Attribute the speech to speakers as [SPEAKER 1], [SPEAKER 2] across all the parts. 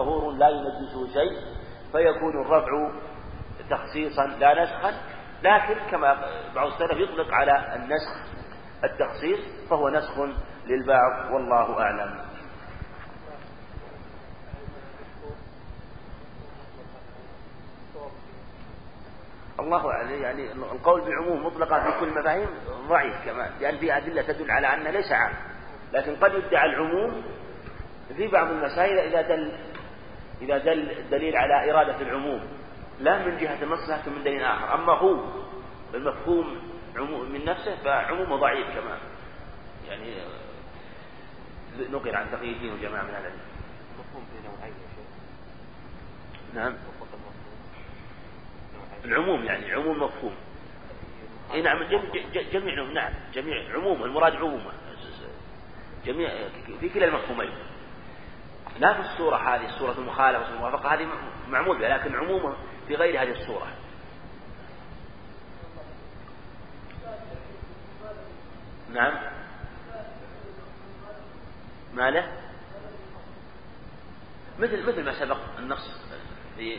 [SPEAKER 1] طهور لا ينجسه شيء، فيكون الرفع تخصيصا لا نسخا. لكن كما بعض السلف يطلق على النسخ التخصيص، فهو نسخ للبعض والله أعلم. الله أعلم، يعني القول بعموم مطلقة في كل مفاهيم ضعيف كمان، لأن في أدلة تدل على أنه ليس عام، لكن قد يدعى العموم في بعض المسائل إذا دل الدليل على إرادة العموم لا من جهة النص لكن من دليل آخر. أما هو المفهوم من نفسه فعمومه ضعيف كمان، يعني نقل عن تقي الدين وجماعة من هذا
[SPEAKER 2] مفهوم في نوعين يا شيخ.
[SPEAKER 1] نعم العموم يعني عموم مفهوم. نعم جميع نعم جميع عموم، المراد عمومه جميع في كلا المفهومين، لا في الصورة هذه الصورة المخالفة والموافقة هذه معمول بها، لكن عمومه في غير هذه الصورة. نعم ما له مثل ما سبق النص في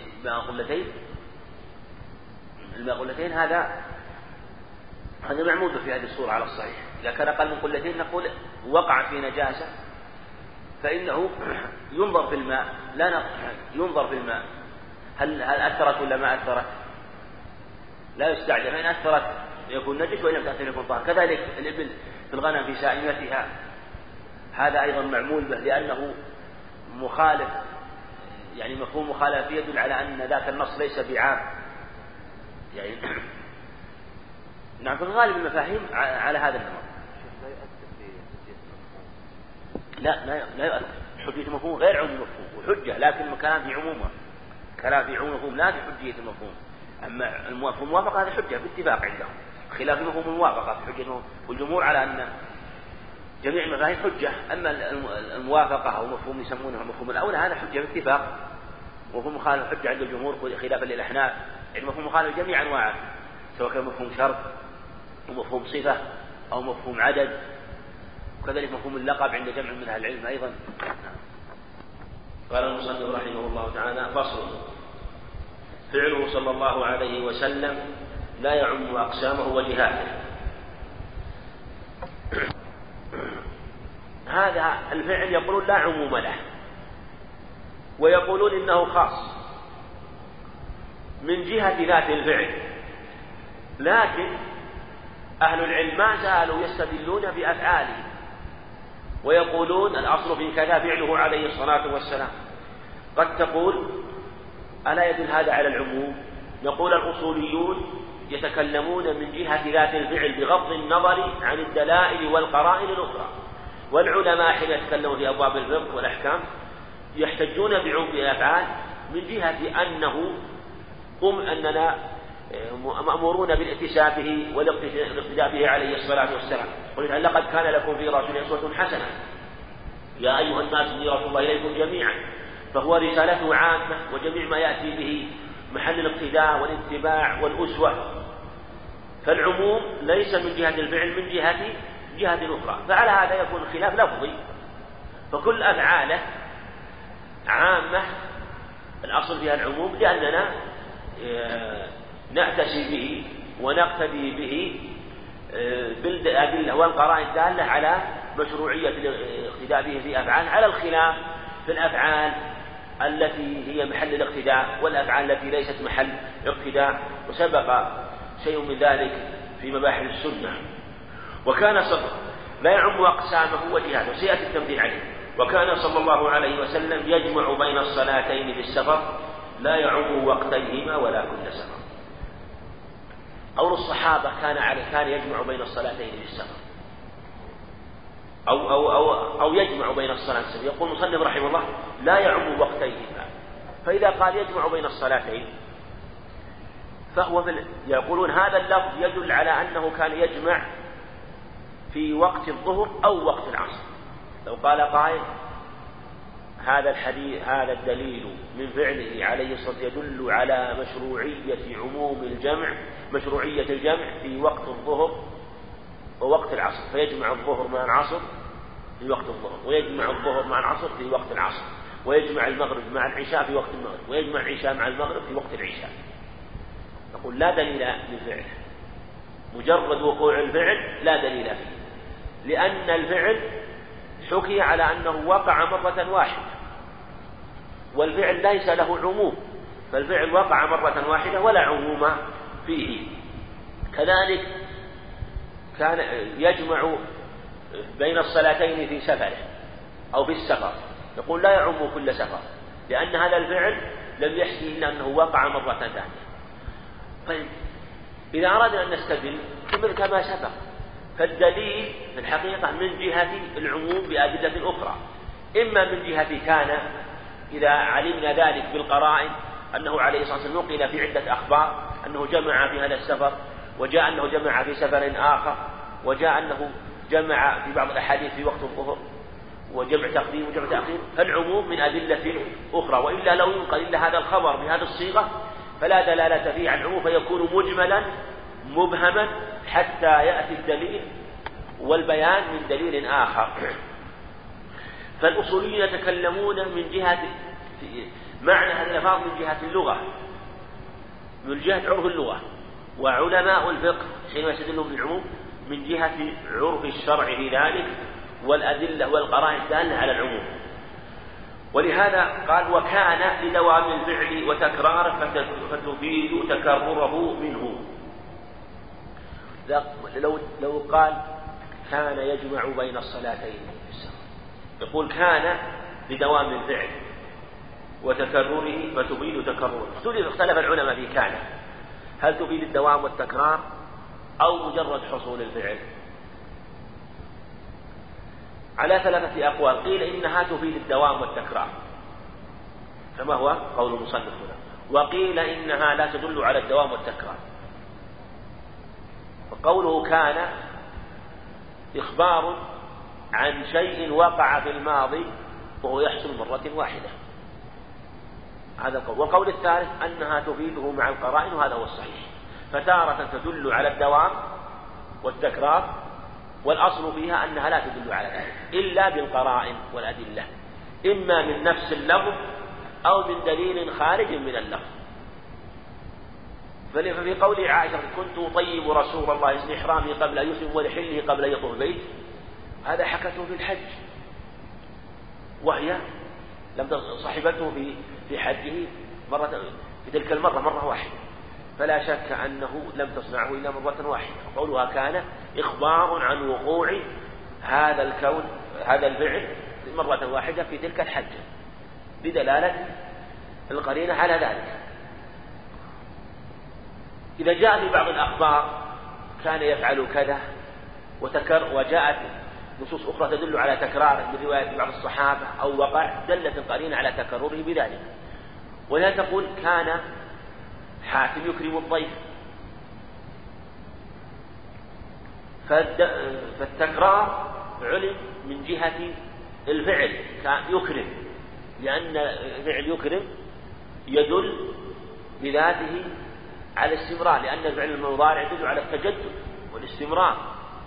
[SPEAKER 1] الماء قلتين هذا معمول في هذه الصورة على الصحيح. إذا كان أقل من قلتين نقول وقع في نجاسة فإنه ينظر في الماء، ينظر في الماء هل أثرت ولا ما أثرت، لا يستعجل، فإن أثرت يكون نجس وإن لم تأثر يكون طاهر. كذلك الإبل في الغنم في سائمتها هذا أيضا معمول به، لأنه مخالف، يعني مفهوم مخالف يدل على أن ذاك النص ليس بعام يعني. نعم في الغالب المفاهيم على هذا النمط. لا يؤثر حجية المفهوم غير عموم المفهوم، وحجة لكن كلام في عمومه، كلام في عموم المفهوم لا في حجية المفهوم. أما الموافقة هذه حجة باتفاق عندهم، خلاف مفهوم الموافقة في حجة المفهوم، والجمهور على أن جميع المفاهيم حجة. أما الموافقة أو مفهوم يسمونه المفهوم الأول هذا حجة باتفاق، ومفهوم مخالف حجة عند الجمهور خلافا للأحناف. يعني مفهوم مخالف جميع أنواعه، سواء كان مفهوم شرط ومفهوم صفة أو مفهوم عدد، وكذلك مفهوم اللقب عند جمع من أهل العلم أيضا.
[SPEAKER 3] قال المصنف رحمه الله تعالى: فصل: فعله صلى الله عليه وسلم لا يعم أقسامه وجهاته.
[SPEAKER 1] هذا الفعل يقولون لا عموم له، ويقولون إنه خاص من جهة ذات الفعل، لكن أهل العلم ما زالوا يستدلون بأفعاله ويقولون الأصل في كذا فعله عليه الصلاة والسلام. قد تقول ألا يدل هذا على العموم؟ نقول الأصوليون يتكلمون من جهة ذات الفعل بغض النظر عن الدلائل والقرائن الأخرى، والعلماء حين يتكلمون في أبواب الفقه والأحكام يحتجون بعموم الأفعال من جهة أننا مأمورون بالاتساع به والاقتداء به عليه الصلاة والسلام. قل لقد كان لكم في رسول أسوة حسنة يا أيها الناس إني رسول الله إليكم جميعا، فهو رسالته عامة، وجميع ما يأتي به محل الاقتداء والاتباع والأسوة. فالعموم ليس من جهة الفعل، من جهة أخرى، فعلى هذا يكون خلاف لفظي، فكل أفعاله عامة الأصل فيها العموم، لأننا نأتسي به ونقتدي به بالأدلة والقرائن الدالة على مشروعية الاقتداء به في أفعال، على الخلاف في الأفعال التي هي محل الاقتداء والأفعال التي ليست محل اقتداء، وسبق شيء من ذلك في مباحث السنة. وكان لا يعم أقسامه وجهاته، سيأتي التمثيل عليه. وكان صلى الله عليه وسلم يجمع بين الصلاتين في السفر لا يعم وقتيهما ولا كل سفر. أو الصحابة كان يجمع بين الصلاتين في السفر، أو يجمع بين الصلاتين في السفر. يقول المصنف رحمه الله لا يعم وقتيهما، فإذا قال يجمع بين الصلاتين فهو يقولون هذا اللفظ يدل على أنه كان يجمع في وقت الظهر أو وقت العصر. لو قال قائل هذا الدليل من فعله عليه الصلاة يدل على مشروعية الجمع في وقت الظهر ووقت العصر، فيجمع الظهر مع العصر في وقت الظهر، ويجمع الظهر مع العصر في وقت العصر، ويجمع المغرب مع العشاء في وقت المغرب، ويجمع العشاء مع المغرب في وقت العشاء. نقول لا دليل للفعل، مجرد وقوع الفعل لا دليل فيه، لأن الفعل حكي على أنه وقع مرة واحدة، والفعل ليس له عموم، فالفعل وقع مرة واحدة ولا عموم فيه. كذلك كان يجمع بين الصلاتين في سفره أو في السفر، يقول لا يعم كل سفر، لأن هذا الفعل لم يحكي إلا أنه وقع مرة ثانية. طيب إذا أردنا أن نستدل كما سبق، فالدليل في الحقيقة من جهة العموم بأدلة أخرى، إما من جهة كان إذا علمنا ذلك بالقرائن أنه عليه الصلاة والسلام نقل في عدة أخبار أنه جمع في هذا السفر، وجاء أنه جمع في سفر آخر، وجاء أنه جمع في بعض الأحاديث في وقت الظهر، وجمع تقديم وجمع تأخير، فالعموم من أدلة أخرى. وإلا لو ينقل إلا هذا الخبر بهذه الصيغة فلا دلالة فيه عن العموم، فيكون مجملا مبهما حتى يأتي الدليل والبيان من دليل آخر. فالأصوليين يتكلمون من جهة معنى هذه الألفاظ من جهة اللغة، من جهة عرف اللغة، وعلماء الفقه حينما يستدلون بالعموم من جهة عرف الشرع في ذلك والأدلة والقرائن الدالة على العموم. ولهذا قال وكان لدوام الفعل وتكراره فتفيد تكرره منه. لو قال كان يجمع بين الصلاتين في السفر، يقول كان لدوام الفعل وتكرره فتفيد تكرره. اختلف العلماء في كان، هل تفيد الدوام والتكرار أو مجرد حصول الفعل؟ على ثلاثة أقوال. قيل إنها تفيد الدوام والتكرار كما هو قول المصنف هنا، وقيل إنها لا تدل على الدوام والتكرار. وقوله كان إخبار عن شيء وقع في الماضي وهو يحصل مرة واحدة، هذا القول. والقول الثالث أنها تفيده مع القرائن، وهذا هو الصحيح، فتارة تدل على الدوام والتكرار، والأصل فيها أنها لا تدل على ذلك إلا بالقرائن والأدلة، إما من نفس اللفظ أو من دليل خارج من اللفظ. ففي قول عائشة كنت أطيب رسول الله اسم إحرامه قبل أن يسلم ولحله قبل أن يطوف البيت، هذا حكته في الحج، وهي لم صحبته في حجه في تلك المرة مرة واحدة، فلا شك أنه لم تصنعه إلا مرة واحدة. قولها كان إخبار عن وقوع هذا الفعل مرة واحدة في تلك الحجة، بدلالة القرينة على ذلك. إذا جاء في بعض الأخبار كان يفعل كذا وجاءت نصوص أخرى تدل على تكراره برواية بعض الصحابة أو وقع، دلت القرينة على تكرره بذلك. ولا تقول كان حاتم يكرم الضيف، فالتكرار علم من جهة الفعل كان يكرم، لأن فعل يكرم يدل بذاته على الاستمرار، لأن الفعل المضارع يدل على التجدد والاستمرار،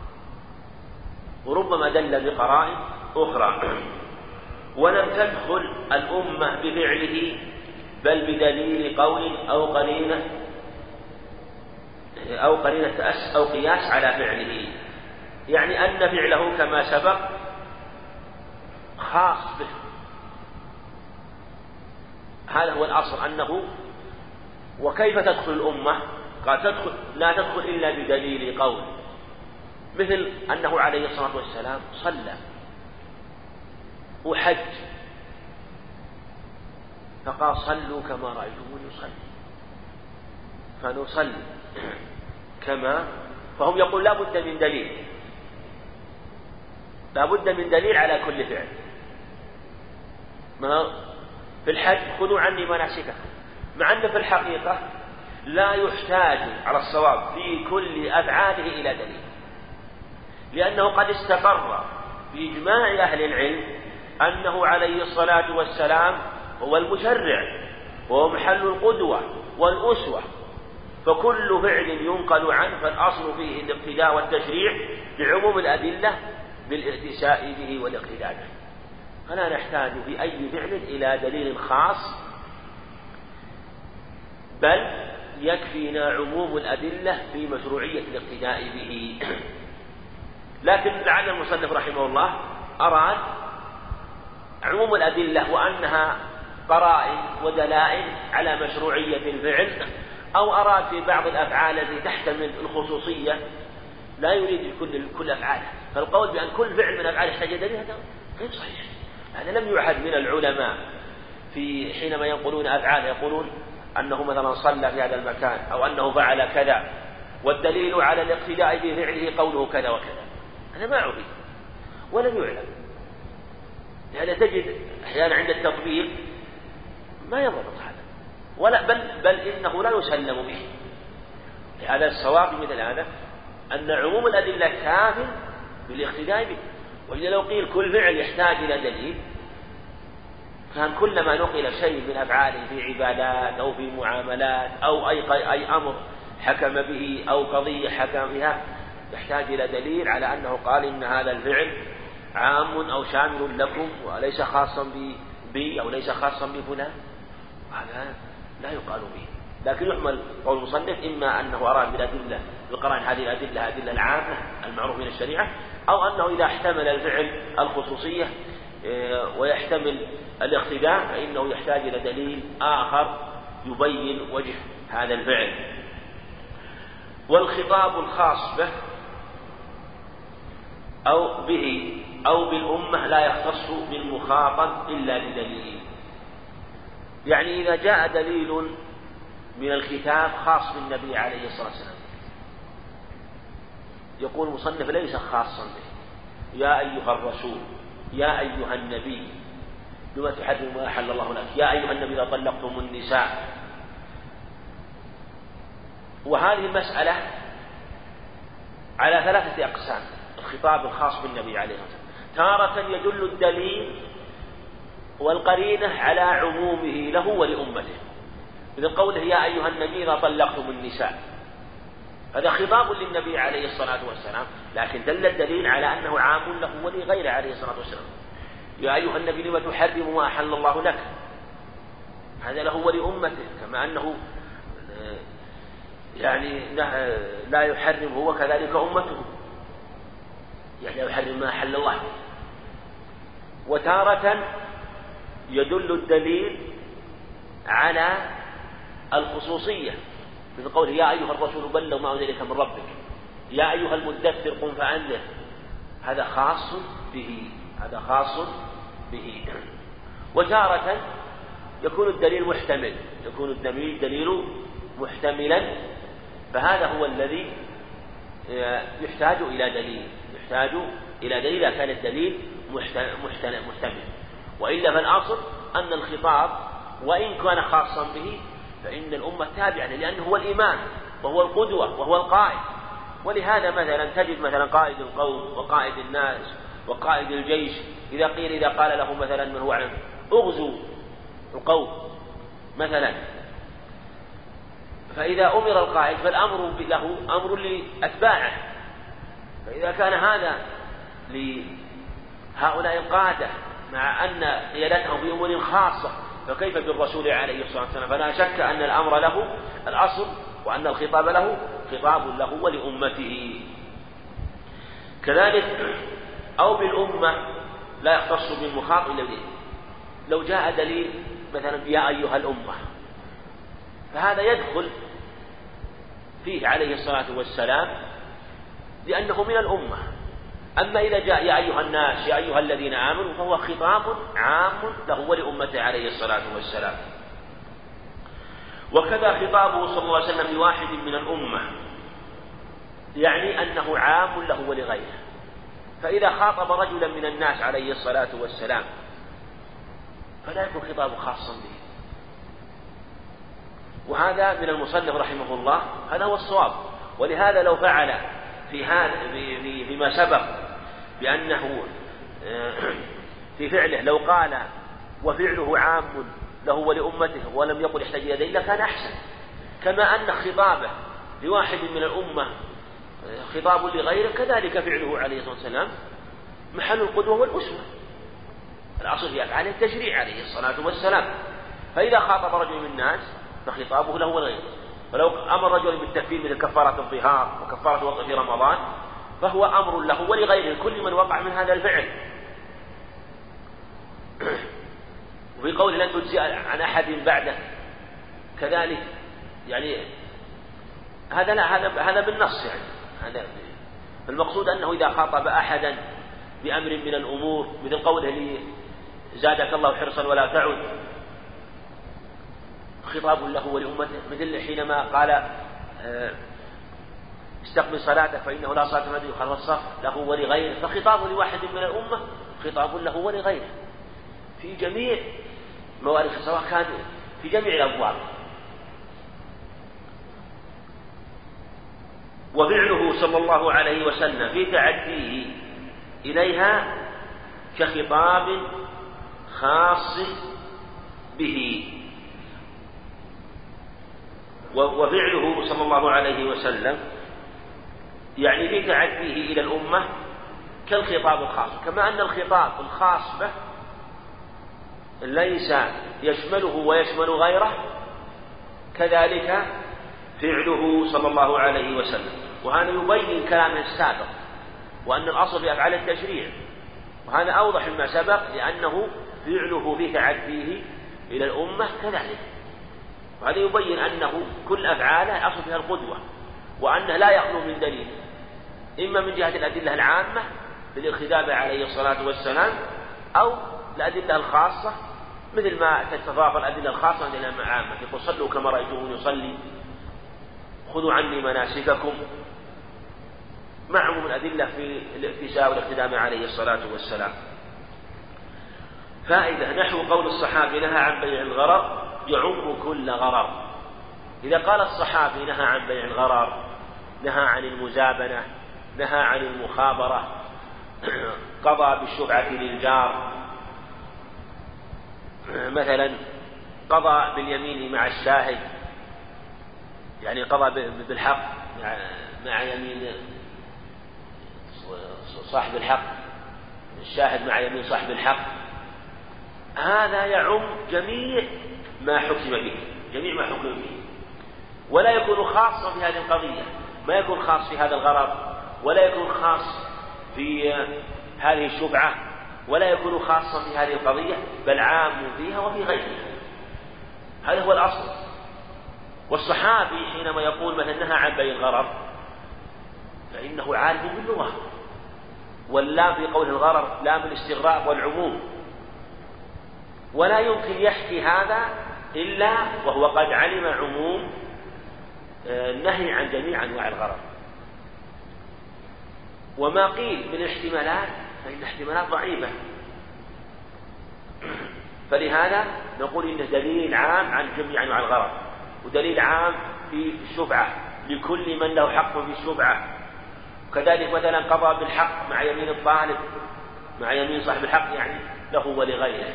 [SPEAKER 1] وربما دل بقرائن أخرى. ولم تدخل الأمة بفعله بل بدليل قول أو قرينة أو قياس على فعله، يعني أن فعله كما سبق خاص به. هذا هو الأصل أنه. وكيف تدخل الأمة؟ قال لا تدخل إلا بدليل قول، مثل أنه عليه الصلاة والسلام صلى وحج، فقال صلوا كما رأيتموني يصلي، فنصلي كما. فهم يقول لا بد من دليل على كل فعل. في الحج خذوا عني مناسككم، مع أن في الحقيقة لا يحتاج على الصواب في كل أفعاله إلى دليل، لأنه قد استقر بإجماع أهل العلم أنه عليه الصلاة والسلام هو المشرع وهو محل القدوة والأسوة، فكل فعل ينقل عنه فالأصل فيه الاقتداء والتشريع بعموم الأدلة بالائتساء به والاقتداء به. فلا نحتاج في أي فعل إلى دليل خاص، بل يكفينا عموم الأدلة في مشروعية الاقتداء به. لكن لعل المصنف رحمه الله أراد عموم الأدلة وأنها قرائن ودلائل على مشروعية الفعل، أو أراد في بعض الأفعال التي تحتمل الخصوصية لا يريد كل أفعاله. فالقول بأن كل فعل من أفعال يحتاج دليل هذا غير صحيح. هذا لم يعهد من العلماء في حينما ينقلون أفعال يقولون أنه مثلا صلى في هذا المكان أو أنه فعل كذا والدليل على الاقتداء بفعله قوله كذا وكذا، هذا ما عرف ولم يعلم. لأن تجد أحيانا عند التطبيق ما يضبط هذا، ولا بل إنه لا يسلم به. لهذا الصواب مثل هذا أن عموم الأدلة كاف بالاقتداء به. وإذا لو قيل كل فعل يحتاج إلى دليل كان كلما نقل شيء من أفعاله في عبادات أو في معاملات أو أي أمر حكم به أو قضية حكم بها يحتاج إلى دليل على أنه قال إن هذا الفعل عام أو شامل لكم وليس خاصا بي أو ليس خاصا بفلان، هذا لا يقال به. لكن يحمل قول المصنف إما أنه أراد بالأدلة بالقرائن هذه الأدلة أدلة العامة المعروف من الشريعة، أو أنه إذا احتمل الفعل الخصوصية ويحتمل الاقتداء فإنه يحتاج إلى دليل آخر يبين وجه هذا الفعل. والخطاب الخاص به أو به أو بالأمة لا يختص بالمخاطب إلا بدليل. يعني إذا جاء دليل من الكتاب خاص بالنبي عليه الصلاة والسلام يقول المصنف ليس خاصا به، يا أيها الرسول يا أيها النبي لما تحرم ما أحل الله لك، يا أيها النبي إذا طلقتم النساء. وهذه المسألة على ثلاثة أقسام. الخطاب الخاص بالنبي عليه الصلاة والسلام تارة يدل الدليل والقرينة على عمومه له ولأمته، إذا قوله يا أيها النبي إذا طلقتم النساء هذا خطاب للنبي عليه الصلاة والسلام، لكن دل الدليل على أنه عام له ولغيره عليه الصلاة والسلام. يا أيها النبي لما تحرم ما أحل الله لك، هذا له ولأمته، كما أنه يعني لا يحرم هو كذلك أمته، يعني لا يحرم ما أحل الله. وتارة يدل الدليل على الخصوصية، مثل قوله يا أيها الرسول بلغ ما أنزل إليك من ربك، يا أيها المدثر قم فأنذر، هذا خاص به، هذا خاص به. وتارة يكون الدليل محتمل، يكون الدليل محتملا، فهذا هو الذي يحتاج إلى دليل، يحتاج إلى دليل إذا كان الدليل محتمل. وإلا فالأصل أن الخطاب وإن كان خاصا به فإن الأمة تابعة لأنه هو الإمام وهو القدوة وهو القائد. ولهذا مثلا تجد مثلا قائد القوم وقائد الناس وقائد الجيش إذا قال له مثلا من هو عنه اغزوا القوم مثلا، فإذا أمر القائد فالأمر له أمر لأتباعه، فإذا كان هذا لهؤلاء القادة مع أن قيادتهم في أمور خاصة فكيف بالرسول عليه الصلاة والسلام؟ فلا شك أن الأمر له الأصل وأن الخطاب له خطاب له ولأمته. كذلك أو بالأمة لا يختص بالمخاطب إلا به. لو جاء دليل مثلا يا أيها الأمة فهذا يدخل فيه عليه الصلاة والسلام لأنه من الأمة. أما إذا جاء يا أيها الناس يا أيها الذين آمنوا فهو خطاب عام له ولأمته عليه الصلاة والسلام. وكذا خطابه صلى الله عليه وسلم لواحد من الأمة يعني أنه عام له ولغيره، فإذا خاطب رجلا من الناس عليه الصلاة والسلام فلا يكون خطابه خاصا به. وهذا من المصنف رحمه الله هذا هو الصواب. ولهذا لو فعل فيما سبق بأنه في فعله لو قال وفعله عام له ولأمته ولم يقل يحتاج إلى دليل كان أحسن، كما أن خطابه لواحد من الأمة خطاب لغيره كذلك فعله عليه الصلاة والسلام محل القدوة والأسوة. الأصل في أفعاله التشريع عليه الصلاة والسلام. فإذا خاطب رجل من الناس فخطابه له ولغيره. فلو أمر رجل بالتكفير مثل كفارة الظهار وكفارة الوضع في رمضان فهو أمر له ولغيره كل من وقع من هذا الفعل. وفي قوله لن تجزي عن أحد بعده كذلك، يعني هذا بالنص، يعني هذا المقصود أنه إذا خاطب أحدا بأمر من الأمور مثل قوله لي زادك الله حرصا ولا تعد، خطاب له ولأمته، مثل حينما قال استقبل صلاتك فإنه لا صلاة لمن خلف الصف له ولغيره، فخطاب لواحد من الأمة خطاب له ولغيره في جميع موارد، سواء كان في جميع الأبواب. وفعله صلى الله عليه وسلم في تعديه إليها كخطاب خاص به. وفعله صلى الله عليه وسلم يعني في تعديه إلى الأمة كالخطاب الخاص، كما أن الخطاب الخاص به ليس يشمله ويشمل غيره، كذلك فعله صلى الله عليه وسلم. وهذا يبين كلامه السابق وأن الأصل في أفعال التشريع، وهذا أوضح مما سبق لأنه فعله في تعديه إلى الأمة كذلك. وهذا يبين أنه كل أفعاله أصل فيها القدوة، وأنه لا يخلو من دليل، إما من جهة الأدلة العامة للخطاب عليه الصلاة والسلام، أو الأدلة الخاصة مثل ما تتضافر الأدلة الخاصة من الأدلة العامة، يقول صلوا كما رأيتموني يصلي، خذوا عني مناسككم، مع عموم الأدلة في الاقتساء والاقتدام عليه الصلاة والسلام. فائدة: نحو قول الصحابي نهى عن بيع الغرر يعم كل غرر. إذا قال الصحابي نهى عن بيع الغرر، نهى عن المزابنة، نهى عن المخابرة، قضى بالشفعة للجار، مثلا قضى باليمين مع الشاهد، يعني قضى بالحق مع يمين صاحب الحق، الشاهد مع يمين صاحب الحق، هذا يعم جميع ما حكم به، جميع ما حكم به، ولا يكون خاصا في هذه القضية، ما يكون خاص في هذا الغرض، ولا يكون خاص في هذه الشفعة، ولا يكون خاصا في هذه القضية، بل عام فيها وفي غيرها. هذا هو الأصل. والصحابي حينما يقول مثلا نهى عن بيع الغرر فإنه عالم باللغة، واللام في قول الغرر لام الاستغراق والعموم، ولا يمكن يحكي هذا إلا وهو قد علم عموم النهي عن جميع أنواع الغرر. وما قيل من الاحتمالات فإن احتمالات ضعيفة، فلهذا نقول إنه دليل عام عن جميع أنواع الغرر، ودليل عام في الشفعة لكل من له حق في الشفعة. كذلك مثلا قضى بالحق مع يمين الطالب، مع يمين صاحب الحق، يعني له ولغيره.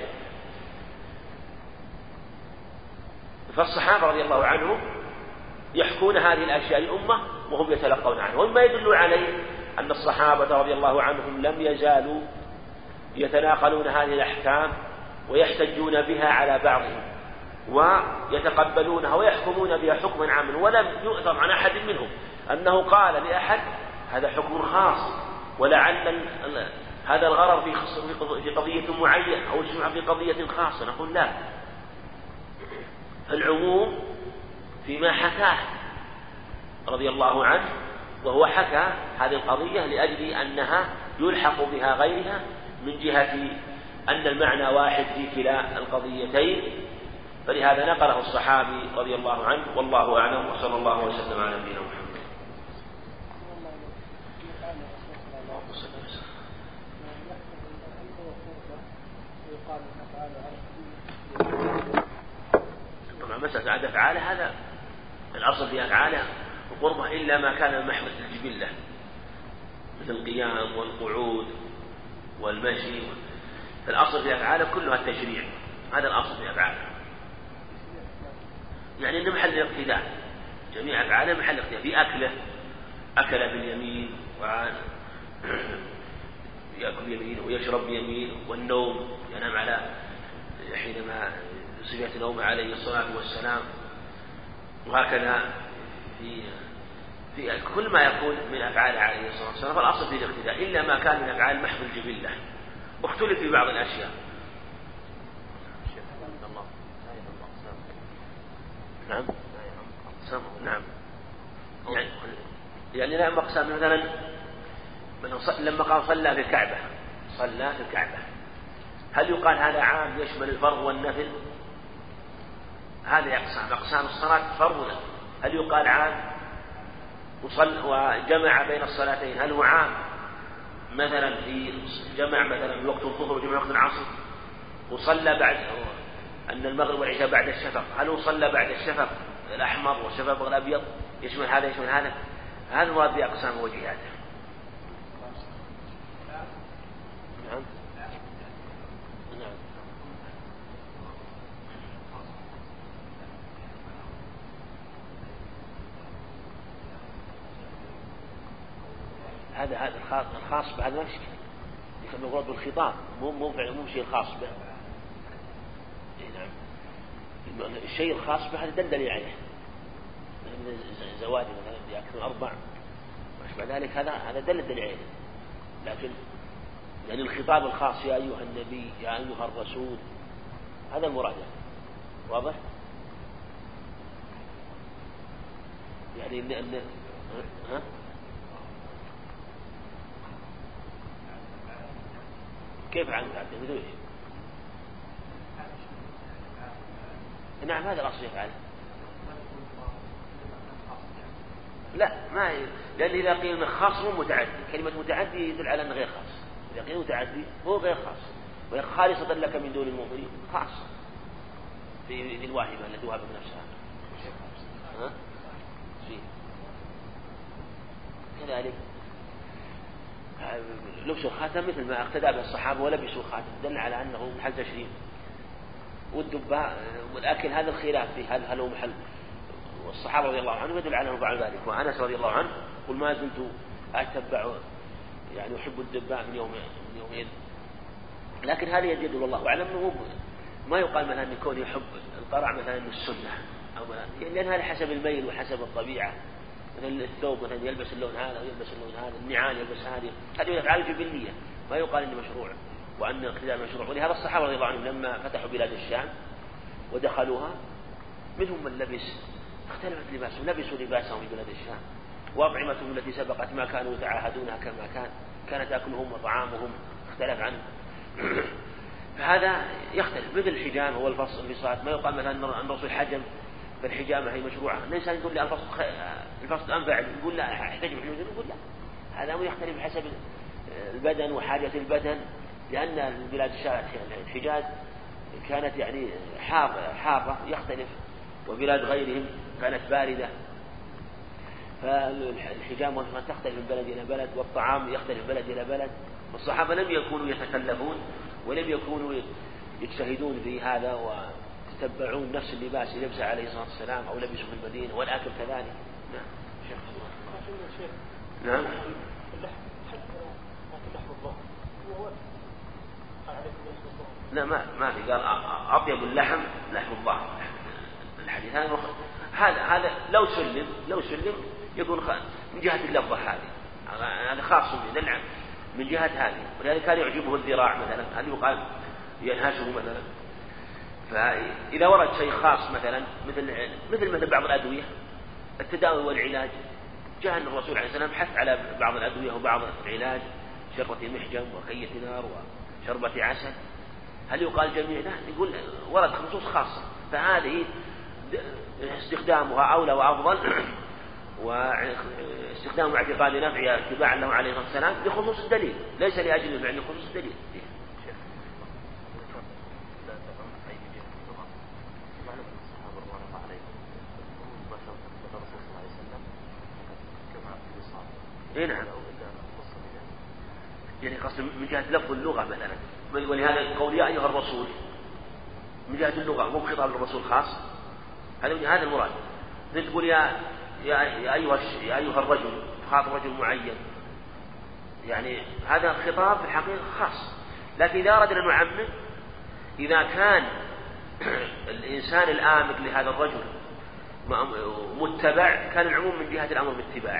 [SPEAKER 1] فالصحابة رضي الله عنهم يحكون هذه الأشياء للأمة وهم يتلقون عنه. ومما يدل عليه أن الصحابة رضي الله عنهم لم يزالوا يتناقلون هذه الأحكام ويحتجون بها على بعضهم ويتقبلونها ويحكمون بها حكما عاما، ولم يؤثر عن أحد منهم أنه قال لأحد هذا حكم خاص ولعل هذا الغرر في قضية معينة أو الجمعة في قضية خاصة. نقول لا، العموم فيما حكاه رضي الله عنه، وهو حكى هذه القضية لأجل أنها يلحق بها غيرها من جهة أن المعنى واحد في كلا القضيتين، فلهذا نقله الصحابي رضي الله عنه، والله أعلم، وصلى الله وسلم على نبينا محمد. طبعا مسألة عدد أفعاله هذا الأصل في أفعاله وقربه إلا ما كان من محبة الجبلة مثل القيام والقعود والمشي، فالأصل في أفعاله كلها التشريع، هذا الأصل في أفعاله، يعني أنه محل الاقتداء، جميع أفعاله محل الاقتداء. في أكله أكل باليمين
[SPEAKER 3] يأكل يمينه ويشرب بيمينه، والنوم ينام على حينما صفة نومه عليه الصلاة والسلام، وهكذا في كل ما يكون من أفعال عليه الصلاة والسلام فالأصل في الاقتداء، إلا ما كان من أفعال محض الجبلة، واختلف في بعض الأشياء. نعم نعم يعني لا مقسم مثلا لما قال صلى في الكعبة، هل يقال هذا عام يشمل الفرض والنفل؟ هذه أقسام الصلاة فرض ونفل. هل يقال عام وجمع بين الصلاتين؟ هل هو عام مثلا في جمع مثلا وقت الظهر وجمع وقت العصر، وصلى بعد أن المغرب والعشاء بعد الشفق، هل هو صلى بعد الشفق الأحمر والشفق الأبيض؟ يشمل هذا يشمل هذا. هذا هو بأقسام وجهاته. نعم هذا الخاص بهذا مشكلة، يسمى مراد بالخطاب، مو شيء خاص به. نعم الشيء الخاص به هذا دليل عليه، من زواج مثلا بأكثر من 4 وأشبه ذلك، هذا دليل عليه. لكن يعني الخطاب الخاص يا أيها النبي يا أيها الرسول هذا المراد، واضح؟ يعني ها؟ كيف عن تعدي مثل ايش؟ نعم هذا الأصل يفعله. لا ما لأن إذا قيل خاص مو متعدي، كلمة متعدي يدل على أنه غير خاص. إذا قيل متعدي هو غير خاص، وهي خالصة لك من دون المؤمنين، خاص في الواهبة التي وهبت نفسها. ها؟ كذلك لبس الخاتم مثل ما اقتدى به الصحابة ولبسوا الخاتم، دل على أنه محل تشريف. والدباء والأكل هذا الخلاف فيه، هل هو محل، والصحابة رضي الله عنهم يدل على أنه فعل ذلك. وأنس رضي الله عنه قل ما زلت أتبع يعني أحب الدباء من يومين. لكن هذا يدل والله أعلم أنه ما يقال مثلا أن يكون يحب القرع مثلا السنة أو لأن هذا حسب الميل وحسب الطبيعة. مثلا الثوب مثلا يلبس اللون هذا ويلبس اللون هذا، النعال يلبس هذه أفعال جبلية، ما يقال إنه مشروع وأن الاقتداء مشروع. ولهذا الصحابة رضي الله عنهم لما فتحوا بلاد الشام ودخلوها منهم من لبس، اختلفت لباسهم، لبسوا لباسهم في بلاد الشام، وأطعمتهم التي سبقت ما كانوا يتعاهدونها كما كانت أكلهم وطعامهم اختلف عنه. فهذا يختلف. مثل الحجامة والفصل في الصلاة، ما يقال مثلا أن الرسول حجم فالحجامة هي مشروعة، الإنسان يقول لا الفصل أنفع، يقول لا يحتاج محمد، يقول لا، هذا يختلف حسب البدن وحاجة البدن. لأن البلاد الحجاز كانت يعني حارة يختلف، وبلاد غيرهم كانت باردة، فالحجام والفصل تختلف من بلد إلى بلد، والطعام يختلف من بلد إلى بلد. والصحابة لم يكونوا يتكلفون ولم يكونوا يجتهدون في هذا ويتبعون نفس اللباس اللي لبسه عليه الصلاة والسلام أو لبسه في المدينة، والأكل كذلك. نعم نعم لا ما في، قال أطيب اللحم لحم الظهر. الحديث هذا لو سلم يكون من جهة اللفظة هذا خاص باللعن من جهة هذه. ولذلك كان يعجبه الذراع مثلا، هل يقال ينهشه مثلا. فإذا ورد شيء خاص مثلا مثل بعض الأدوية التداوي والعلاج، جاء أن الرسول عليه السلام حث على بعض الأدوية وبعض العلاج، شربة محجم وخية نار وشربة عسل. هل يقال جميع؟ لا، يقول ورد خصوص خاصة، فهذه استخدامها أولى وأفضل، واستخدام اعتقاد نفعها اتباعا له عليه الصلاة والسلام لخصوص الدليل، ليس لأجل الفعل، لخصوص الدليل. نعم يعني قصد من جهة لفظ اللغة مثلا، ولهذا قول يا أيها الرسول من جهة اللغة مو خطاب للرسول خاص، هذا المراد. تقول يا أيها الرجل، خاطب رجل معين،
[SPEAKER 1] يعني هذا الخطاب في الحقيقة خاص. لكن إذا أردنا أن نعمم، إذا كان الإنسان الآمر لهذا الرجل متبع، كان العموم من جهة الأمر باتباعه.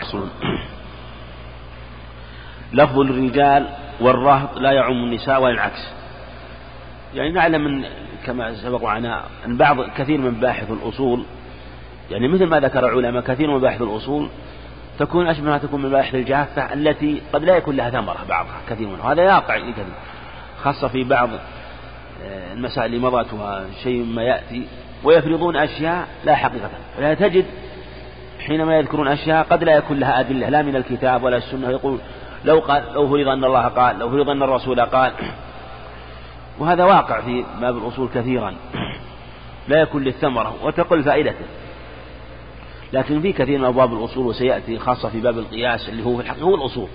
[SPEAKER 3] لفظ الرجال والرهط لا يعم النساء والعكس. يعني نعلم من كما سبق معنا أن كثير من باحث الأصول، يعني مثل ما ذكر العلماء، كثير من باحث الأصول تكون أشبه ما تكون من باحث الجافة التي قد لا يكون لها ثمرة بعضها كثير منها. هذا يقع لكثير، خاصة في بعض المسائل اللي مضت وشيء ما يأتي ويفرضون أشياء لا حقيقة. ولا تجد حينما يذكرون أشياء قد لا يكون لها أدلة لا من الكتاب ولا السنة، يقول لو فرض أن الله قال، لو فرض أن الرسول قال. وهذا واقع في باب الأصول كثيرا، لا يكون للثمرة وتقل فائدته. لكن في كثير من أبواب الأصول، وسيأتي خاصة في باب القياس اللي هو في الحقيقة هو الأصول،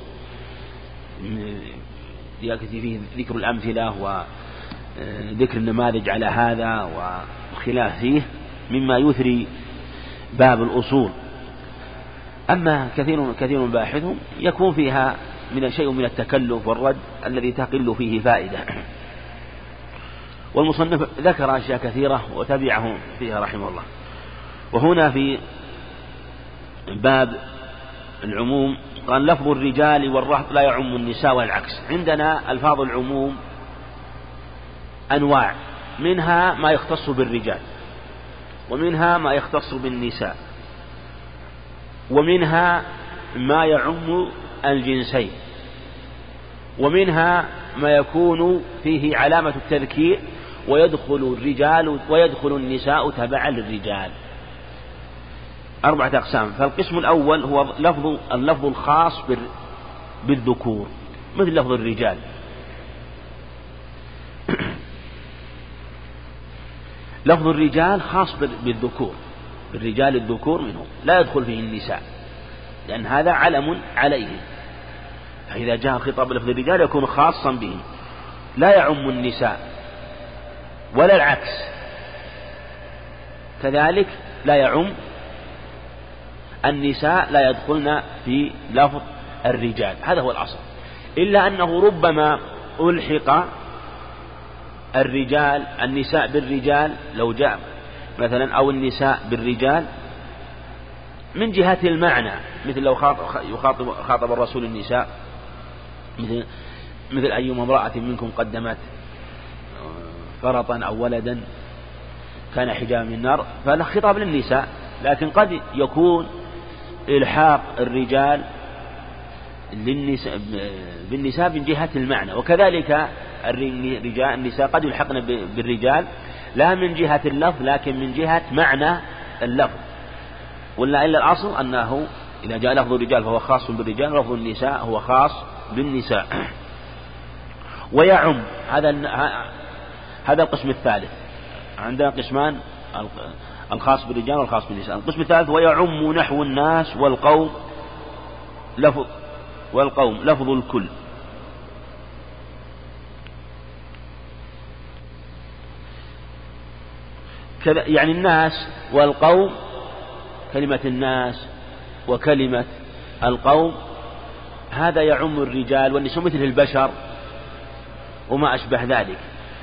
[SPEAKER 3] يأتي فيه ذكر الأمثلة وذكر النماذج على هذا وخلاف فيه مما يثري باب الأصول. أما كثير من باحثهم يكون فيها من شيء من التكلف والرد الذي تقل فيه فائدة. والمصنف ذكر أشياء كثيرة وتبعه فيها رحمه الله. وهنا في باب العموم قال لفظ الرجال والرهط لا يعم النساء والعكس. عندنا ألفاظ العموم أنواع، منها ما يختص بالرجال، ومنها ما يختص بالنساء، ومنها ما يعم الجنسين، ومنها ما يكون فيه علامة التذكير ويدخل الرجال ويدخل النساء تبعا للرجال. 4 أقسام. فالقسم الأول هو اللفظ الخاص بالذكور، مثل لفظ الرجال. لفظ الرجال خاص بالذكور، بالرجال الذكور منهم، لا يدخل فيه النساء، لأن هذا علم عليهم. فإذا جاء الخطاب بلفظ الرجال يكون خاصا بهم، لا يعم النساء ولا العكس، كذلك لا يعم النساء، لا يدخلن في لفظ الرجال. هذا هو الأصل، إلا أنه ربما ألحق الرجال النساء بالرجال لو جاء مثلا، أو النساء بالرجال من جهة المعنى، مثل لو خاطب الرسول النساء، مثل أيما امرأة منكم قدمت فرطا أو ولدا كان حجاب من النار، فهذا خطاب للنساء. لكن قد يكون إلحاق الرجال بالنساء من جهة المعنى، وكذلك النساء قد يلحقن بالرجال لا من جهة اللفظ لكن من جهة معنى اللفظ. ولا إلا الأصل أنه إذا جاء لفظ الرجال فهو خاص بالرجال، ولفظ النساء هو خاص بالنساء. ويعم هذا القسم الثالث. عندنا قسمان، الخاص بالرجال والخاص بالنساء. القسم الثالث ويعم نحو الناس والقوم لفظ الكل. يعني الناس والقوم، كلمة الناس وكلمة القوم، هذا يعم الرجال والنساء مثل البشر وما أشبه ذلك،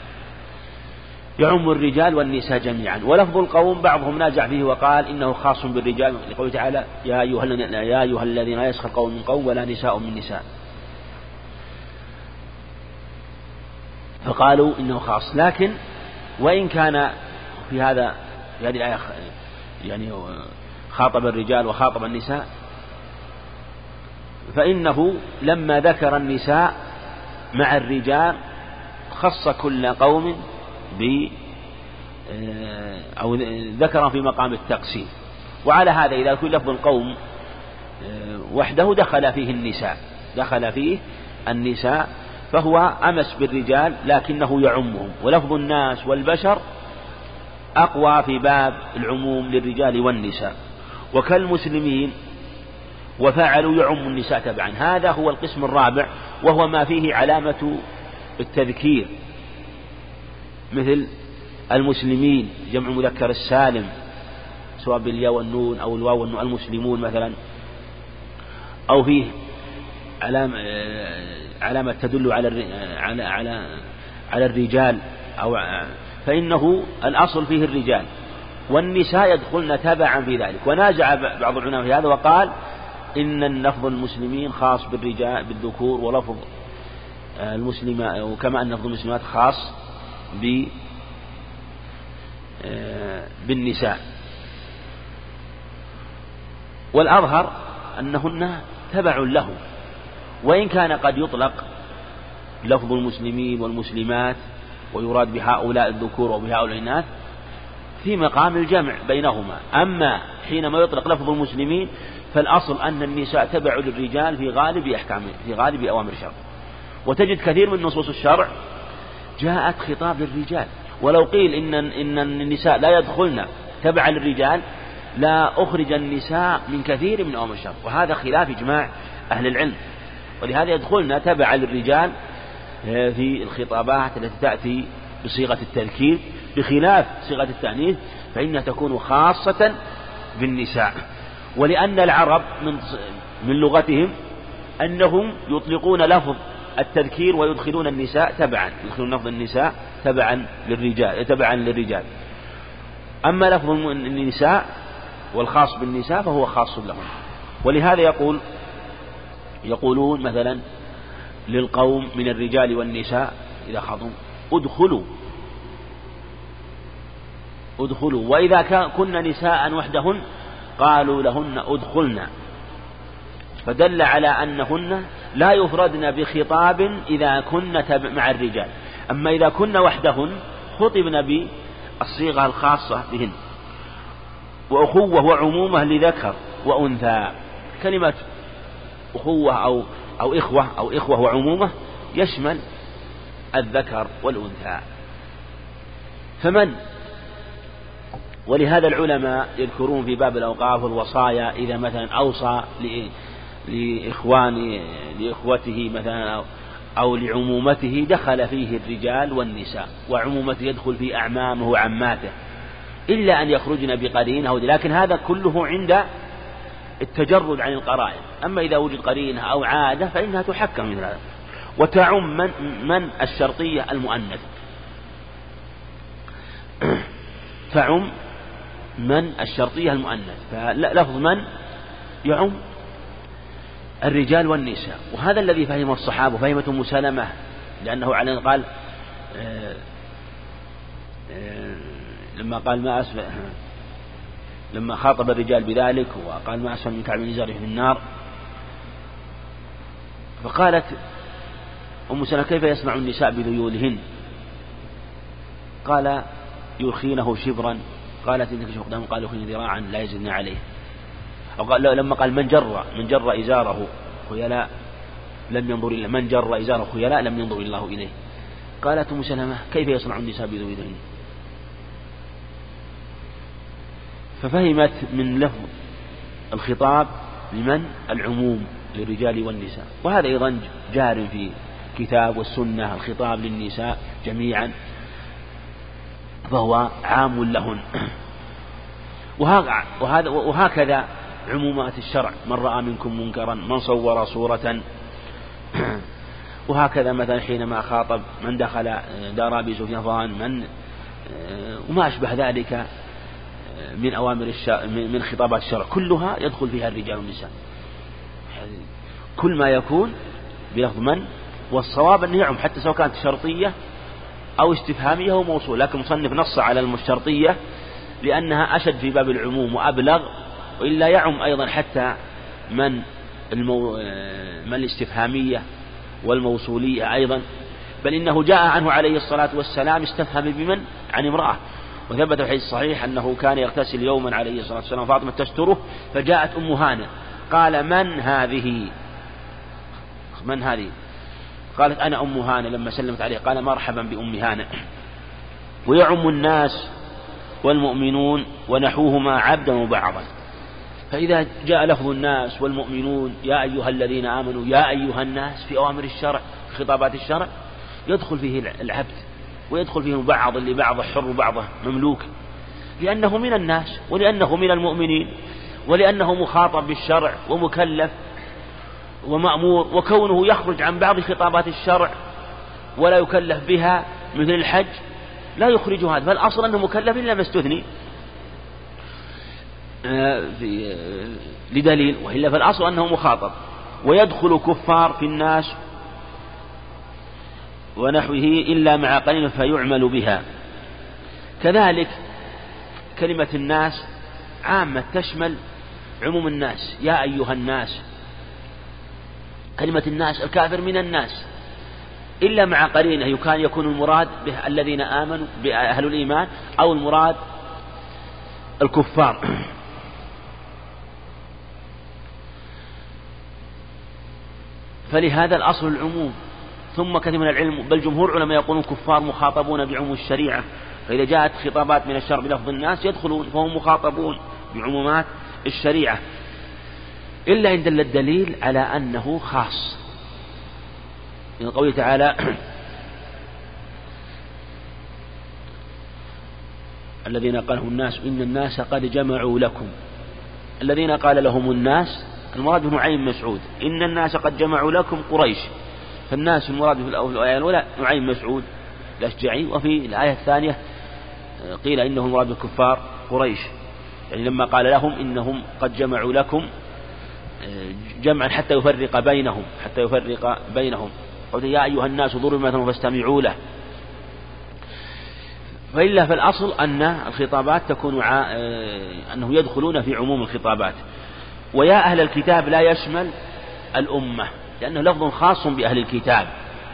[SPEAKER 3] يعم الرجال والنساء جميعا. ولفظ القوم بعضهم نازع فيه وقال إنه خاص بالرجال، لقوله تعالى يا أيها الذين لا يسخر قوم من قوم ولا نساء من نساء، فقالوا إنه خاص. لكن وإن كان في هذه الآية يعني خاطب الرجال وخاطب النساء، فإنه لما ذكر النساء مع الرجال خص كل قوم أو ذكر في مقام التقسيم. وعلى هذا إذا كل لفظ القوم وحده دخل فيه النساء فهو أمس بالرجال لكنه يعمهم. ولفظ الناس والبشر أقوى في باب العموم للرجال والنساء. وكالمسلمين وفعلوا يعم النساء تبعا. هذا هو القسم الرابع، وهو ما فيه علامة التذكير، مثل المسلمين جمع مذكر السالم سواء بالياء والنون أو الواو والنون، المسلمون مثلا. أو فيه علامة تدل على الرجال فإنه الأصل فيه الرجال، والنساء يدخلن تبعا في ذلك. ونازع بعض العلماء في هذا وقال إن لفظ المسلمين خاص بالرجال بالذكور، ولفظ المسلمات وكما أن لفظ المسلمات خاص بالنساء. والأظهر أنهن تبع له، وإن كان قد يطلق لفظ المسلمين والمسلمات ويراد بهؤلاء الذكور وبهؤلاء الإناث في مقام الجمع بينهما. أما حينما يطلق لفظ المسلمين فالأصل أن النساء تبع للرجال في غالب أوامر الشرع. وتجد كثير من نصوص الشرع جاءت خطاب للرجال، ولو قيل إن النساء لا يدخلن تبع للرجال لا أخرج النساء من كثير من أوامر الشرع، وهذا خلاف إجماع أهل العلم. ولهذا يدخلن تبع للرجال في الخطابات التي تأتي بصيغة التذكير، بخلاف صيغة التأنيث فإنها تكون خاصة بالنساء. ولأن العرب من لغتهم أنهم يطلقون لفظ التذكير ويدخلون النساء تبعا، يدخلون لفظ النساء تبعا للرجال. أما لفظ النساء والخاص بالنساء فهو خاص لهم. ولهذا يقولون مثلا للقوم من الرجال والنساء إذا خاطبوا ادخلوا، وإذا كنا نساء وحدهن قالوا لهن ادخلنا، فدل على أنهن لا يفردن بخطاب إذا كن مع الرجال. أما إذا كن وحدهن خطبن بالصيغة الخاصة بهن. وأخوة وعمومة لذكر وأنثى، كلمة أخوة أو إخوة وعمومة يشمل الذكر والأنثى. ولهذا العلماء يذكرون في باب الأوقاف والوصايا إذا مثلا أوصى لإخوته مثلا أو لعمومته دخل فيه الرجال والنساء، وعمومته يدخل في أعمامه وعماته إلا أن يخرجن بقرينة، لكن هذا كله عند التجرد عن القرائن. أما إذا وجد قرينة أو عادة فإنها تحكم مثل هذا. وتعم من الشرطية المؤنث، تعم من الشرطية المؤنث، فلفظ من يعم الرجال والنساء. وهذا الذي فهمه الصحابة وفهمه أم سلمة، لأنه عليه قال لما خاطب الرجال بذلك وقال ما أسفل من كعب الإزار في النار، فقالت أم سلمة كيف يصنع النساء بذيولهن؟ قال يرخينه شبرا. قالت إنك شقدام، قال يرخين ذراعا لا يزدن عليه. لما قال من جر إزاره خيلاء لم ينظر إلا من جر إزاره خيلاء لم ينظر الله إليه. قالت أم سلمة كيف يصنع النساء بذيولهن؟ ففهمت من لفظ الخطاب لمن العموم للرجال والنساء. وهذا أيضا جار في كتاب والسنة، الخطاب للنساء جميعا فهو عام لهن. وهكذا عمومات الشرع، من رأى منكم منكرا، من صور صورة. وهكذا مثلا حينما خاطب من دخل دار أبي سفيان وما أشبه ذلك من أوامر من خطابات الشرع كلها يدخل فيها الرجال والنساء، كل ما يكون بلفظ من. والصواب أن يعم حتى سواء كانت شرطية أو استفهامية أو موصول، لكن المصنف نص على الشرطية لأنها أشد في باب العموم وأبلغ، وإلا يعم أيضا حتى من الاستفهامية والموصولية أيضا. بل إنه جاء عنه عليه الصلاة والسلام استفهم بمن عن امرأة، وثبت في الحديث الصحيح أنه كان يغتسل يوما عليه الصلاة والسلام فاطمة تستره، فجاءت أم هانئ قال من هذه؟ قالت أنا أم هانئ. لما سلمت عليه قال مرحبا بأم هانئ. ويعم الناس والمؤمنون ونحوهما عبدا وبعضا. فإذا جاء لفظ الناس والمؤمنون يا أيها الذين آمنوا يا أيها الناس في أوامر الشرع في خطابات الشرع يدخل فيه العبد، ويدخل فيه بعض لبعض حر وبعضه مملوك، لأنه من الناس ولأنه من المؤمنين ولأنه مخاطب بالشرع ومكلف. ومأمور، وكونه يخرج عن بعض خطابات الشرع ولا يكلف بها مثل الحج لا يخرج هذا، فالأصل أنه مكلف إلا ما استثني لدليل، وإلا فالأصل أنه مخاطب. ويدخل كفار في الناس ونحوه إلا مع قرينة فيعمل بها. كذلك كلمة الناس عامة تشمل عموم الناس، يا أيها الناس، كلمة الناس الكافر من الناس، إلا مع قرينة كان يكون المراد به الذين آمنوا بأهل الإيمان أو المراد الكفار. فلهذا الأصل العموم. ثم كثير من العلم بل جمهور علماء يقولون كفار مخاطبون بعموم الشريعة، فإذا جاءت خطابات من الشرع بلفظ الناس يدخلون، فهم مخاطبون بعمومات الشريعة، إلا إن دل الدليل على أنه خاص، من قوله تعالى الذين قالهم الناس إن الناس قد جمعوا لكم. الذين قال لهم الناس المراد بن نعيم مسعود، إن الناس قد جمعوا لكم قريش، فالناس المراد في الآية الأولى نعيم مسعود الأشجعي، وفي الآية الثانية قيل إنه المراد بالكفار قريش، يعني لما قال لهم إنهم قد جمعوا لكم جمعا حتى يفرق بينهم قلت يا أيها الناس ضرب مثلا فاستمعوا له. فإلا فالأصل أن الخطابات تكون أنه يدخلون في عموم الخطابات. ويا أهل الكتاب لا يشمل الأمة، لأنه لفظ خاص بأهل الكتاب،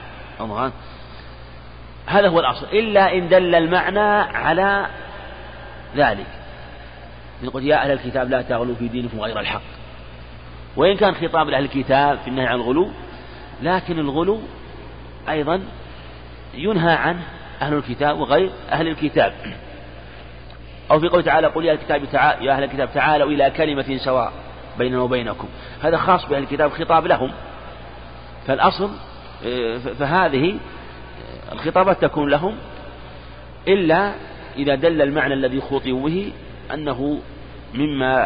[SPEAKER 3] هذا هو الأصل، إلا إن دل المعنى على ذلك. يقول يا أهل الكتاب لا تغلوا في دينكم غير الحق، وإن كان خطاب لأهل الكتاب في النهي عن الغلو، لكن الغلو أيضا ينهى عنه أهل الكتاب وغير أهل الكتاب. أو في قوله تعالى قل يا أهل الكتاب تعالوا إلى كلمة سواء بيننا وبينكم، هذا خاص بأهل الكتاب خطاب لهم. فالأصل فهذه الخطابات تكون لهم إلا إذا دل المعنى الذي خطبوا به أنه مما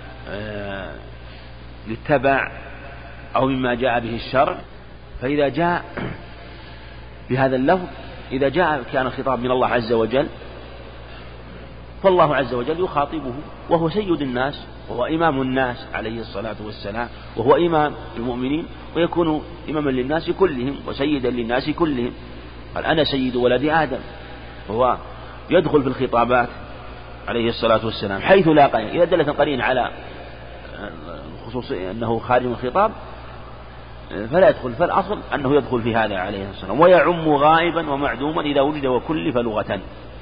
[SPEAKER 3] يتبع أو مما جاء به الشرع. فإذا جاء بهذا اللفظ، إذا جاء كان الخطاب من الله عز وجل، فالله عز وجل يخاطبه وهو سيد الناس وهو إمام الناس عليه الصلاة والسلام، وهو إمام المؤمنين، ويكون إماما للناس كلهم وسيدا للناس كلهم. قال أنا سيد ولد آدم، وهو يدخل في الخطابات عليه الصلاة والسلام حيث لا قرين. إذا دلت القرين على خصوص أنه خارج من الخطاب فلا يدخل، فالأصل أنه يدخل في هذا عليه الصلاة والسلام. ويعم غائبا ومعدوما إذا وجد وكلف لغة.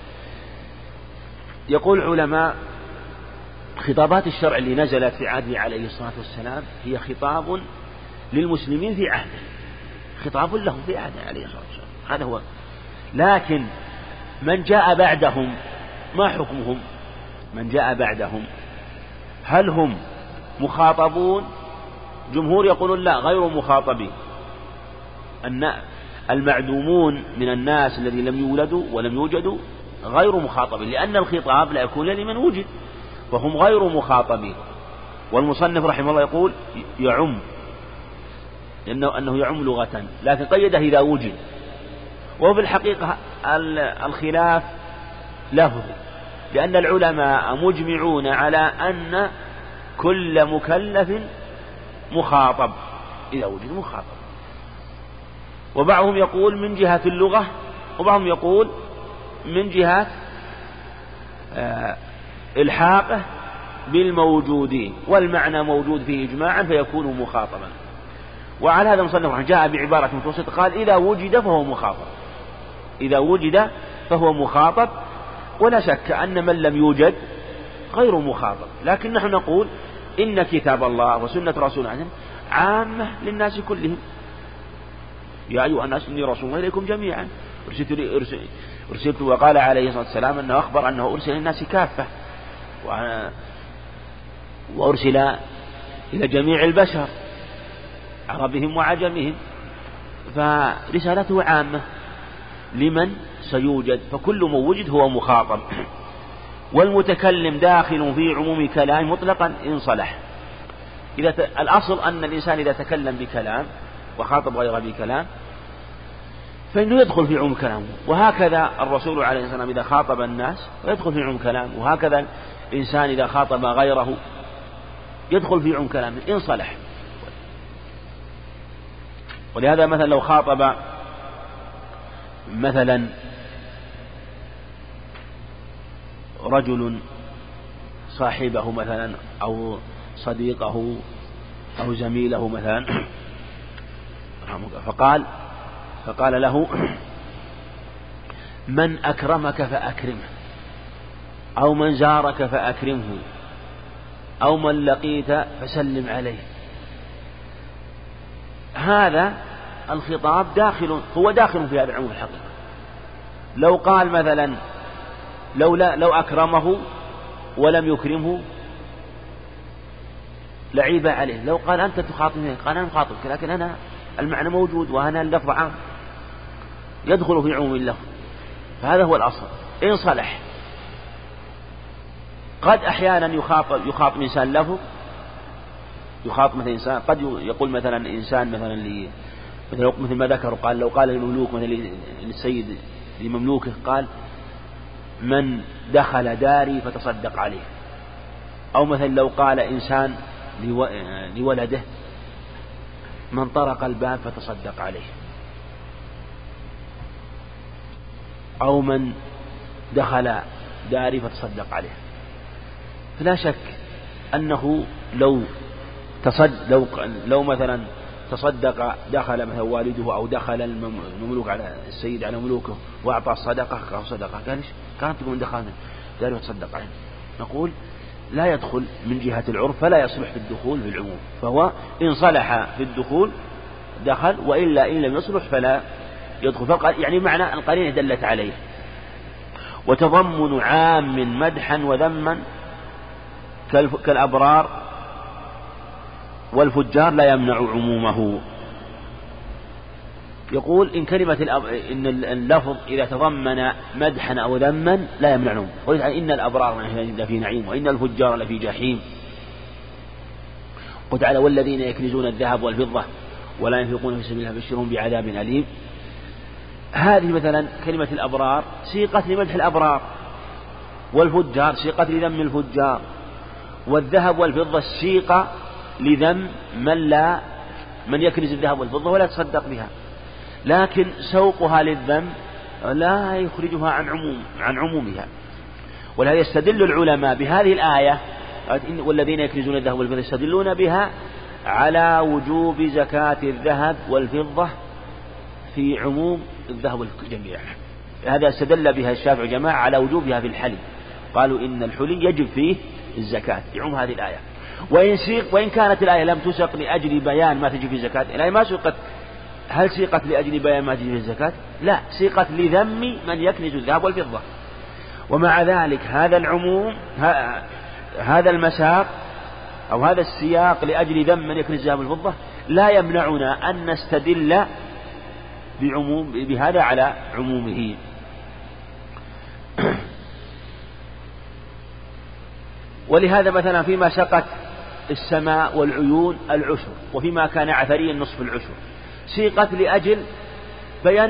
[SPEAKER 3] يقول العلماء خطابات الشرع اللي نزلت في عهده عليه الصلاة والسلام هي خطاب للمسلمين في عهده، خطاب لهم في عهده عليه الصلاة والسلام، هذا هو. لكن من جاء بعدهم ما حكمهم؟ من جاء بعدهم هل هم مخاطبون؟ جمهور يقولون لا، غير مخاطبين، أن المعدومون من الناس الذي لم يولدوا ولم يوجدوا غير مخاطبين، لأن الخطاب لا يكون لمن وجد، فهم غير مخاطبين. والمصنف رحمه الله يقول يعم، أنه يعم لغة، لكن قيده إذا وجد. وفي الحقيقة الخلاف لفظي، لأن العلماء مجمعون على أن كل مكلف مخاطب إذا وجد مخاطب، وبعضهم يقول من جهة اللغة، وبعضهم يقول من جهة الحاقه بالموجودين، والمعنى موجود فيه إجماعا فيكون مخاطبا. وعلى هذا المصنف جاء بعبارة متوسطة قال إذا وجد فهو مخاطب، إذا وجد فهو مخاطب. ولا شك أن من لم يوجد غير مخاطب، لكن نحن نقول إن كتاب الله وسنة رسول الله عامة للناس كلهم. يا أيها الناس إني رسول الله إليكم جميعا أرسلت. وقال عليه الصلاة والسلام أنه أخبر أنه أرسل للناس كافة، وأرسل إلى جميع البشر عربهم وعجمهم، فرسالته عامة لمن سيوجد، فكل من وجد هو مخاطب. والمتكلم داخل في عموم كلام مطلقا إن صلح،
[SPEAKER 1] الأصل أن الإنسان إذا تكلم بكلام وخاطب غيره بكلام فإنه يدخل في عموم كلامه، وهكذا الرسول عليه الصلاة والسلام إذا خاطب الناس يدخل في عموم كلامه، وهكذا الإنسان إذا خاطب غيره يدخل في عموم كلامه إن صلح. ولهذا مثلا لو خاطب مثلا رجل صاحبه مثلا أو صديقه أو زميله مثلا فقال له من أكرمك فأكرمه، أو من زارك فأكرمه، أو من لقيت فسلم عليه. هذا الخطاب هو داخل في هذا العموم الحقيقي. لو قال مثلا لو أكرمه ولم يكرمه لعيب عليه. لو قال أنت تخاطبني، قال أنا مخاطبك لكن أنا المعنى موجود وأنا اللفظ عام، يدخل في عموم اللفظ. فهذا هو الأصل إن صلح. قد أحيانا يخاطب إنسان لفظ، يخاطب مثلا إنسان قد يقول مثلا إنسان مثل ما ذكر، قال لو قال المملوك مثلا للسيد لمملوكه قال من دخل داري فتصدق عليه، أو مثلا لو قال إنسان لولده من طرق الباب فتصدق عليه، أو من دخل داري فتصدق عليه. فلا شك أنه لو مثلا تصدق دخل مثلا والده أو دخل المملوك على السيد على مملوكه وأعطى الصدقة كانت تقول دخلنا داري وتصدق عليه، نقول لا يدخل من جهة العرف، فلا يصلح في الدخول في العموم. فهو إن صلح في الدخول دخل، وإلا إن لم يصلح فلا يدخل. يعني معنى القرينة دلت عليه. وتضمن عام مدحا وذما كالأبرار والفجار لا يمنع عمومه. يقول إن اللفظ إذا تضمن مدحا أو ذما لا يمنع عمومه. إن الأبرار لفي نعيم وإن الفجار لفي جحيم. قل تعالى والذين يكنزون الذهب والفضة ولا ينفقون في سبيل الله فبشرهم بعذاب أليم. هذه مثلا كلمة الأبرار سيقة لمدح الأبرار، والفجار سيقة لذم الفجار، والذهب والفضة سيقة لذم من يكنز الذهب والفضة ولا يتصدق بها. لكن سوقها للذم لا يخرجها عن عمومها. ولهذا يستدل العلماء بهذه الآية والذين يكنزون الذهب والفضة يستدلون بها على وجوب زكاة الذهب والفضة في عموم الذهب والجميع. هذا استدل بها الشافعي جماعة على وجوبها في الحلي، قالوا إن الحلي يجب فيه الزكاة يعم هذه الآية. وإن كانت الآية لم تسق لأجل بيان ما تجب في الزكاة، الآية ما سقت. هل سيقت لأجل بيان ما تجب في الزكاة؟ لا، سيقت لذم من يكنز الذهب والفضة. ومع ذلك هذا العموم، هذا المساق أو هذا السياق لأجل ذم من يكنز الذهب والفضة لا يمنعنا أن نستدل بهذا على عمومه. ولهذا مثلا فيما سقت السماء والعيون العشر، وفيما كان عثريا نصف العشر، سيقت لأجل بيان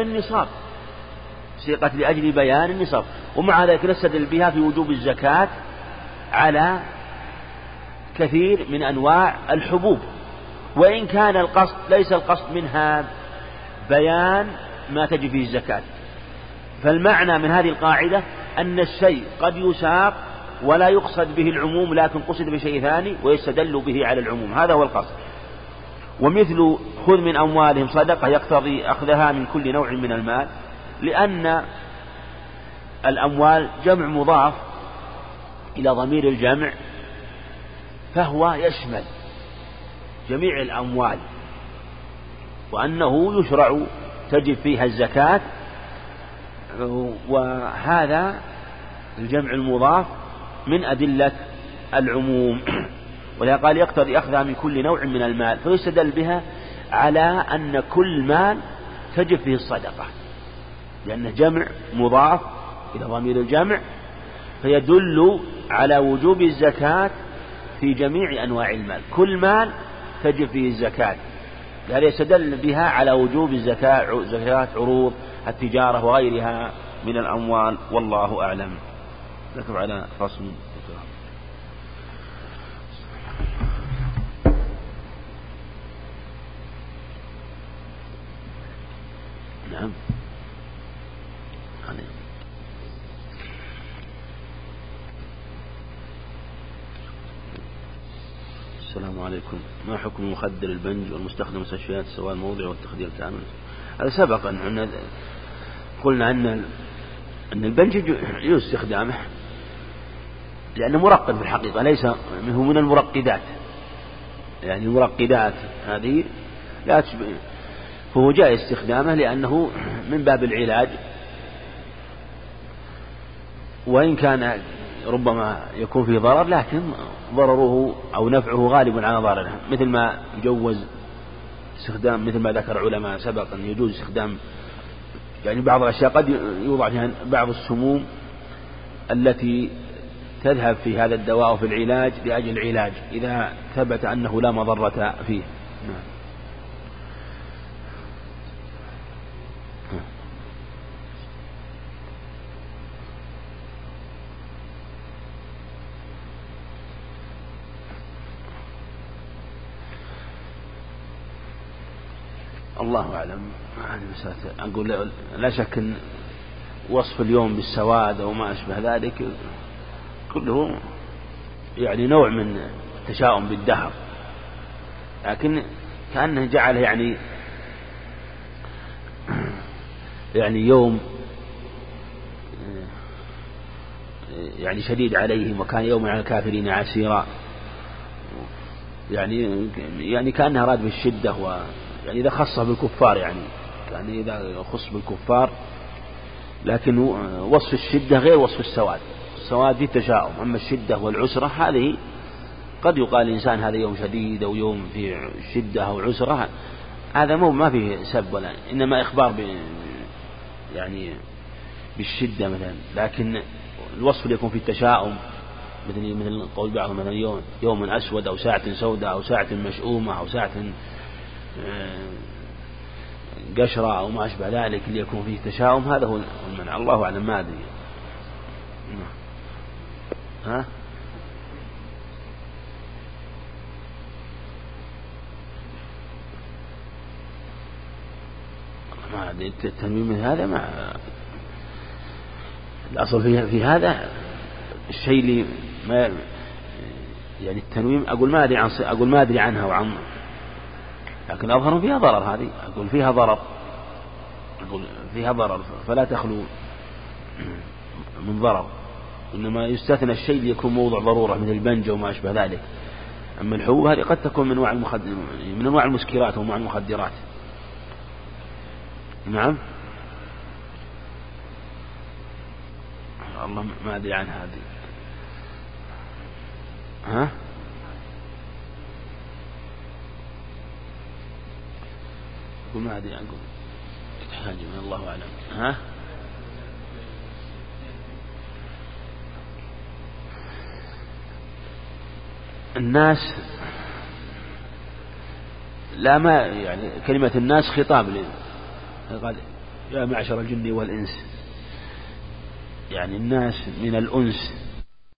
[SPEAKER 1] النصاب، ومع ذلك نستدل بها في وجوب الزكاة على كثير من أنواع الحبوب، وإن كان ليس القصد منها بيان ما تجب فيه الزكاة. فالمعنى من هذه القاعدة أن الشيء قد يساق ولا يقصد به العموم، لكن قصد بشيء ثاني ويستدل به على العموم، هذا هو القصد. ومثل خذ من أموالهم صدقة يقتضي أخذها من كل نوع من المال، لأن الأموال جمع مضاف إلى ضمير الجمع، فهو يشمل جميع الأموال، وأنه يشرع تجب فيها الزكاة. وهذا الجمع المضاف من أدلة العموم. ولذا قال يقتضي أخذها من كل نوع من المال، فيستدل بها على أن كل مال تجب فيه الصدقة، لأنه جمع مضاف إلى ضمير الجمع، فيدل على وجوب الزكاة في جميع أنواع المال، كل مال تجب فيه الزكاة، هذا يستدل بها على وجوب الزكاة، زكاة عروض التجارة وغيرها من الأموال. والله أعلم. ذكر على فصل. نعم. السلام عليكم. ما حكم مخدر البنج والمستخدم مستشفيات سواء الموضع والتخدير الكامل؟ هذا سبق أن قلنا أن البنج يجوز استخدامه لأنه مرقد في الحقيقة، ليس هو من المرقدات، يعني المرقدات هذه لا تشبه، فهو جاء استخدامه لأنه من باب العلاج، وإن كان ربما يكون فيه ضرر لكن ضرره أو نفعه غالب على ضرره، مثل ما يجوز استخدام، مثل ما ذكر علماء سبق أن يجوز استخدام يعني بعض الأشياء قد يوضع فيها بعض السموم التي تذهب في هذا الدواء في العلاج لأجل العلاج إذا ثبت أنه لا مضرة فيه. الله أعلم. أقول لا شك أن وصف اليوم بالسواد أو ما أشبه ذلك كله يعني نوع من التشاؤم بالدهر، لكن كأنه جعل يعني يوم يعني شديد عليهم، وكان يوم على الكافرين عسيرا، يعني كأنه أراد بالشدة، يعني إذا خصه بالكفار، يعني كان إذا يخص بالكفار، لكن وصف الشدة غير وصف السواد. السواد فيه تشاؤم، أما الشدة والعسرة هذه قد يقال الإنسان هذا يوم شديد أو يوم فيه شدة أو عسرة، هذا ما فيه سب ولا، إنما إخبار يعني بالشدة مثلا، لكن الوصف اللي يكون فيه التشاؤم مثل قول بعضهم مثلا يوم أسود أو ساعة سوداء أو ساعة مشؤومة أو ساعة قشرة أو ما أشبه ذلك اللي يكون فيه تشاؤم، هذا هو المنع. الله أعلم. ما أدري. ها؟ ما أدري. التنويم من هذا مع الأصل في هذا الشيء اللي ما يعني التنويم أقول ما أدري عنها وعن، لكن أظهر فيها ضرر، هذه أقول فيها ضرر فلا تخلو من ضرر، إنما يستثنى الشيء اللي يكون موضع ضرورة مثل البنجة وما أشبه ذلك. أما الحبوب هذه قد تكون من أنواع المسكرات ومع المخدرات. نعم. الله ما أدري عن هذه. ها؟ أقول ما أدري، أقول تحتاج من الله أعلم. ها؟ الناس لا، ما يعني كلمة الناس خطاب قال يا معشر الجن والإنس، يعني الناس من الأنس